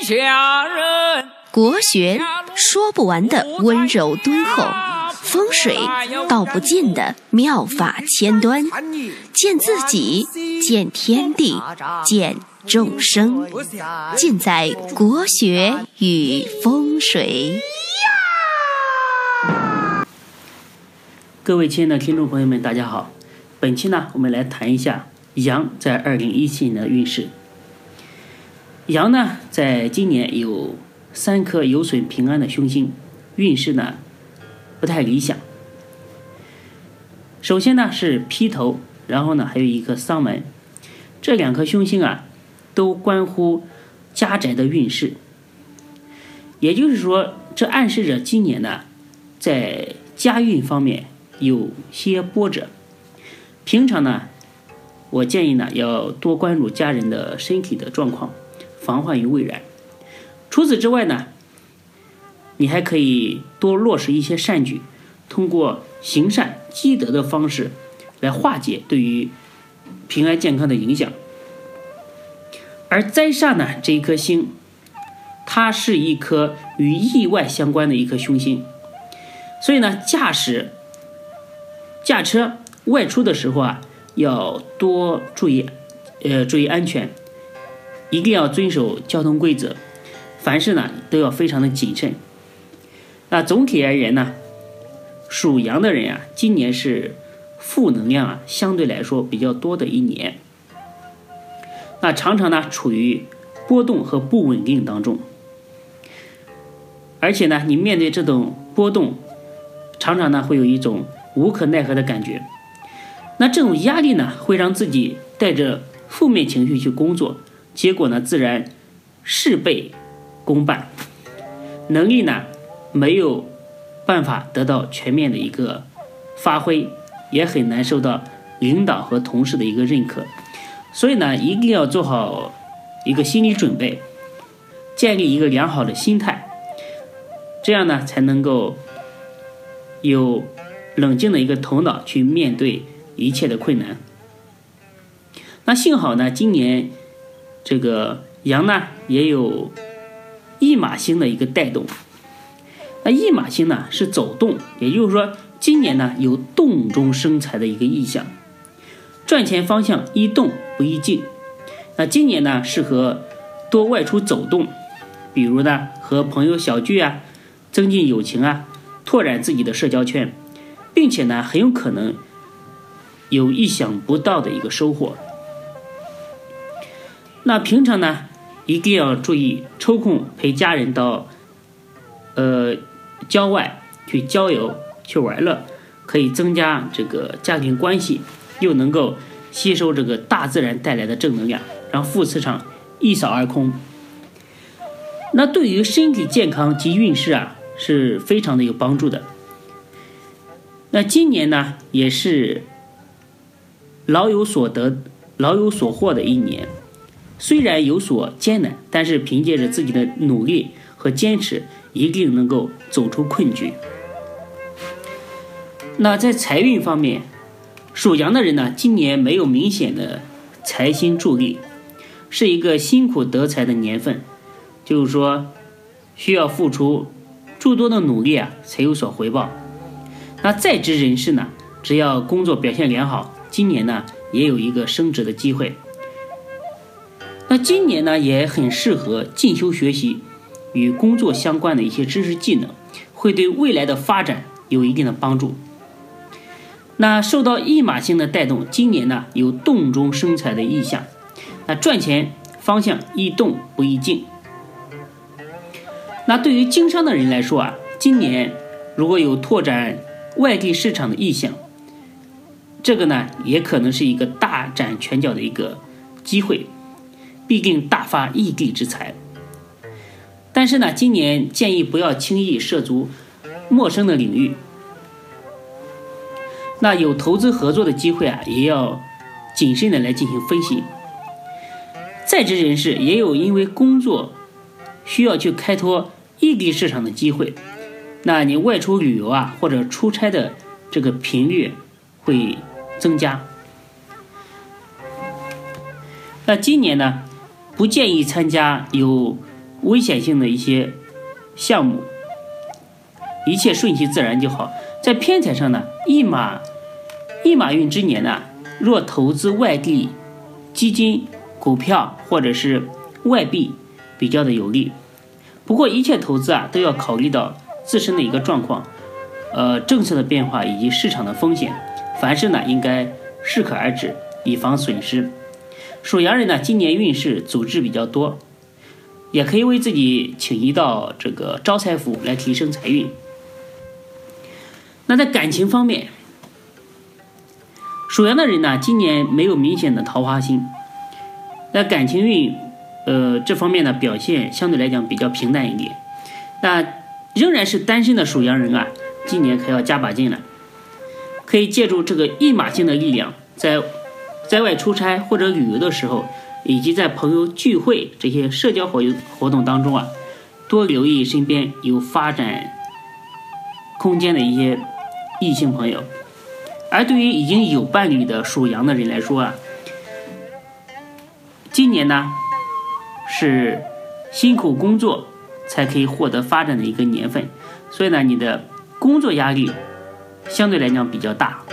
下人。 国学说不完的温柔敦厚，风水道不尽的妙法千端，见自己，见天地，见众生，尽在国学与风水。 各位亲爱的听众朋友们，大家好。本期呢，我们来谈一下羊在2017年的运势。羊呢，在今年有3颗有损平安的凶星，运势呢不太理想。首先呢是披头，然后呢还有一颗丧门，这2颗凶星啊，都关乎家宅的运势。也就是说，这暗示着今年呢，在家运方面有些波折。平常呢，我建议呢要多关注家人的身体的状况，防患于未然。除此之外呢，你还可以多落实一些善举，通过行善积德的方式来化解对于平安健康的影响。而灾煞呢，这一颗星，它是一颗与意外相关的一颗凶星，所以呢，驾车外出的时候啊，要多注意安全，一定要遵守交通规则，凡事呢都要非常的谨慎。那总体而言呢，属羊的人啊，今年是负能量啊相对来说比较多的一年，那常常呢处于波动和不稳定当中，而且呢，你面对这种波动，常常呢会有一种无可奈何的感觉。那这种压力呢，会让自己带着负面情绪去工作，结果呢，自然事倍功半，能力呢没有办法得到全面的一个发挥，也很难受到领导和同事的一个认可。所以呢，一定要做好一个心理准备，建立一个良好的心态，这样呢才能够有冷静的一个头脑去面对一切的困难。那幸好呢，今年这个羊呢也有驿马星的一个带动。那驿马星呢是走动，也就是说今年呢有动中生财的一个意象，赚钱方向宜动不宜静。那今年呢适合多外出走动，比如呢和朋友小聚啊，增进友情啊，拓展自己的社交圈，并且呢很有可能有意想不到的一个收获。那平常呢一定要注意抽空陪家人到郊外去郊游去玩乐，可以增加这个家庭关系，又能够吸收这个大自然带来的正能量，让负磁场一扫而空。那对于身体健康及运势啊是非常的有帮助的。那今年呢也是老有所得老有所获的一年，虽然有所艰难，但是凭借着自己的努力和坚持，一定能够走出困局。那在财运方面，属羊的人呢，今年没有明显的财星助力，是一个辛苦得财的年份，就是说需要付出诸多的努力啊，才有所回报。那在职人士呢，只要工作表现良好，今年呢也有一个升职的机会。那今年呢也很适合进修学习与工作相关的一些知识技能，会对未来的发展有一定的帮助。那受到驿马星的带动，今年呢有动中生财的意象，那赚钱方向宜动不宜静。那对于经商的人来说啊，今年如果有拓展外地市场的意向，这个呢也可能是一个大展拳脚的一个机会，必定大发异地之财。但是呢，今年建议不要轻易涉足陌生的领域。那有投资合作的机会啊，也要谨慎的来进行分析。在职人士也有因为工作需要去开拓异地市场的机会，那你外出旅游啊，或者出差的这个频率会增加。那今年呢，不建议参加有危险性的一些项目，一切顺其自然就好。在偏财上呢，驿马运之年呢，若投资外地基金、股票或者是外币，比较的有利。不过一切投资都要考虑到自身的一个状况，政策的变化以及市场的风险，凡事呢应该适可而止，以防损失。属羊人呢，今年运势组织比较多，也可以为自己请一道这个招财符来提升财运。那在感情方面，属羊的人呢，今年没有明显的桃花星，那感情运这方面的表现相对来讲比较平淡一点。那仍然是单身的属羊人今年可要加把劲了，可以借助这个驿马星的力量，在外出差或者旅游的时候，以及在朋友聚会这些社交活动当中多留意身边有发展空间的一些异性朋友。而对于已经有伴侣的属羊的人来说今年呢是辛苦工作才可以获得发展的一个年份，所以呢你的工作压力相对来讲比较大，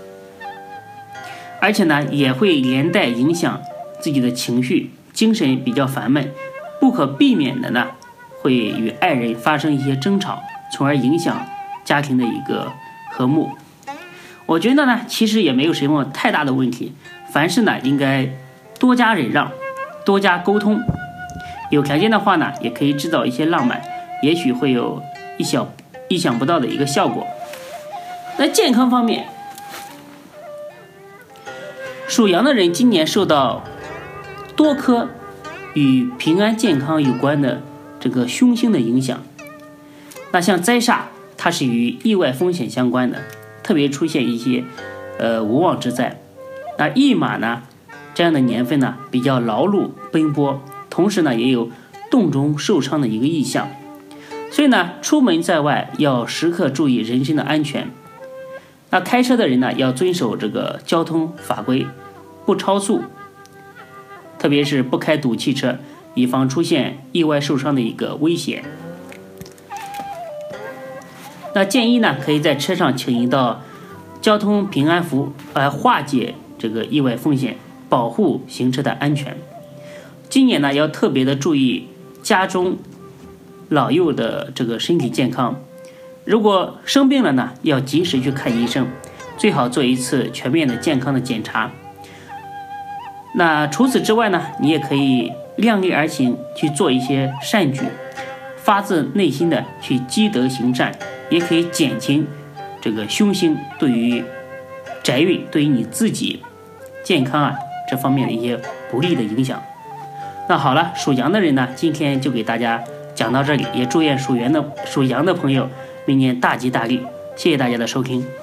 而且呢也会连带影响自己的情绪，精神比较烦闷，不可避免的呢会与爱人发生一些争吵，从而影响家庭的一个和睦。我觉得呢其实也没有什么太大的问题，凡事呢应该多加忍让，多加沟通，有条件的话呢也可以制造一些浪漫，也许会有意想不到的一个效果。那健康方面，属羊的人今年受到多颗与平安健康有关的这个凶星的影响。那像灾煞，它是与意外风险相关的，特别出现一些无妄之灾。那驿马呢这样的年份呢比较劳碌奔波，同时呢也有动中受伤的一个意象，所以呢出门在外要时刻注意人身的安全。那开车的人呢要遵守这个交通法规，不超速，特别是不开堵汽车，以防出现意外受伤的一个危险。那建议呢可以在车上请一道交通平安符来化解这个意外风险，保护行车的安全。今年呢要特别的注意家中老幼的这个身体健康，如果生病了呢要及时去看医生，最好做一次全面的健康的检查。那除此之外呢，你也可以量力而行，去做一些善举，发自内心的去积德行善，也可以减轻这个凶星对于宅运，对于你自己健康这方面的一些不利的影响。那好了，属羊的人呢，今天就给大家讲到这里，也祝愿属羊的朋友明年大吉大利，谢谢大家的收听。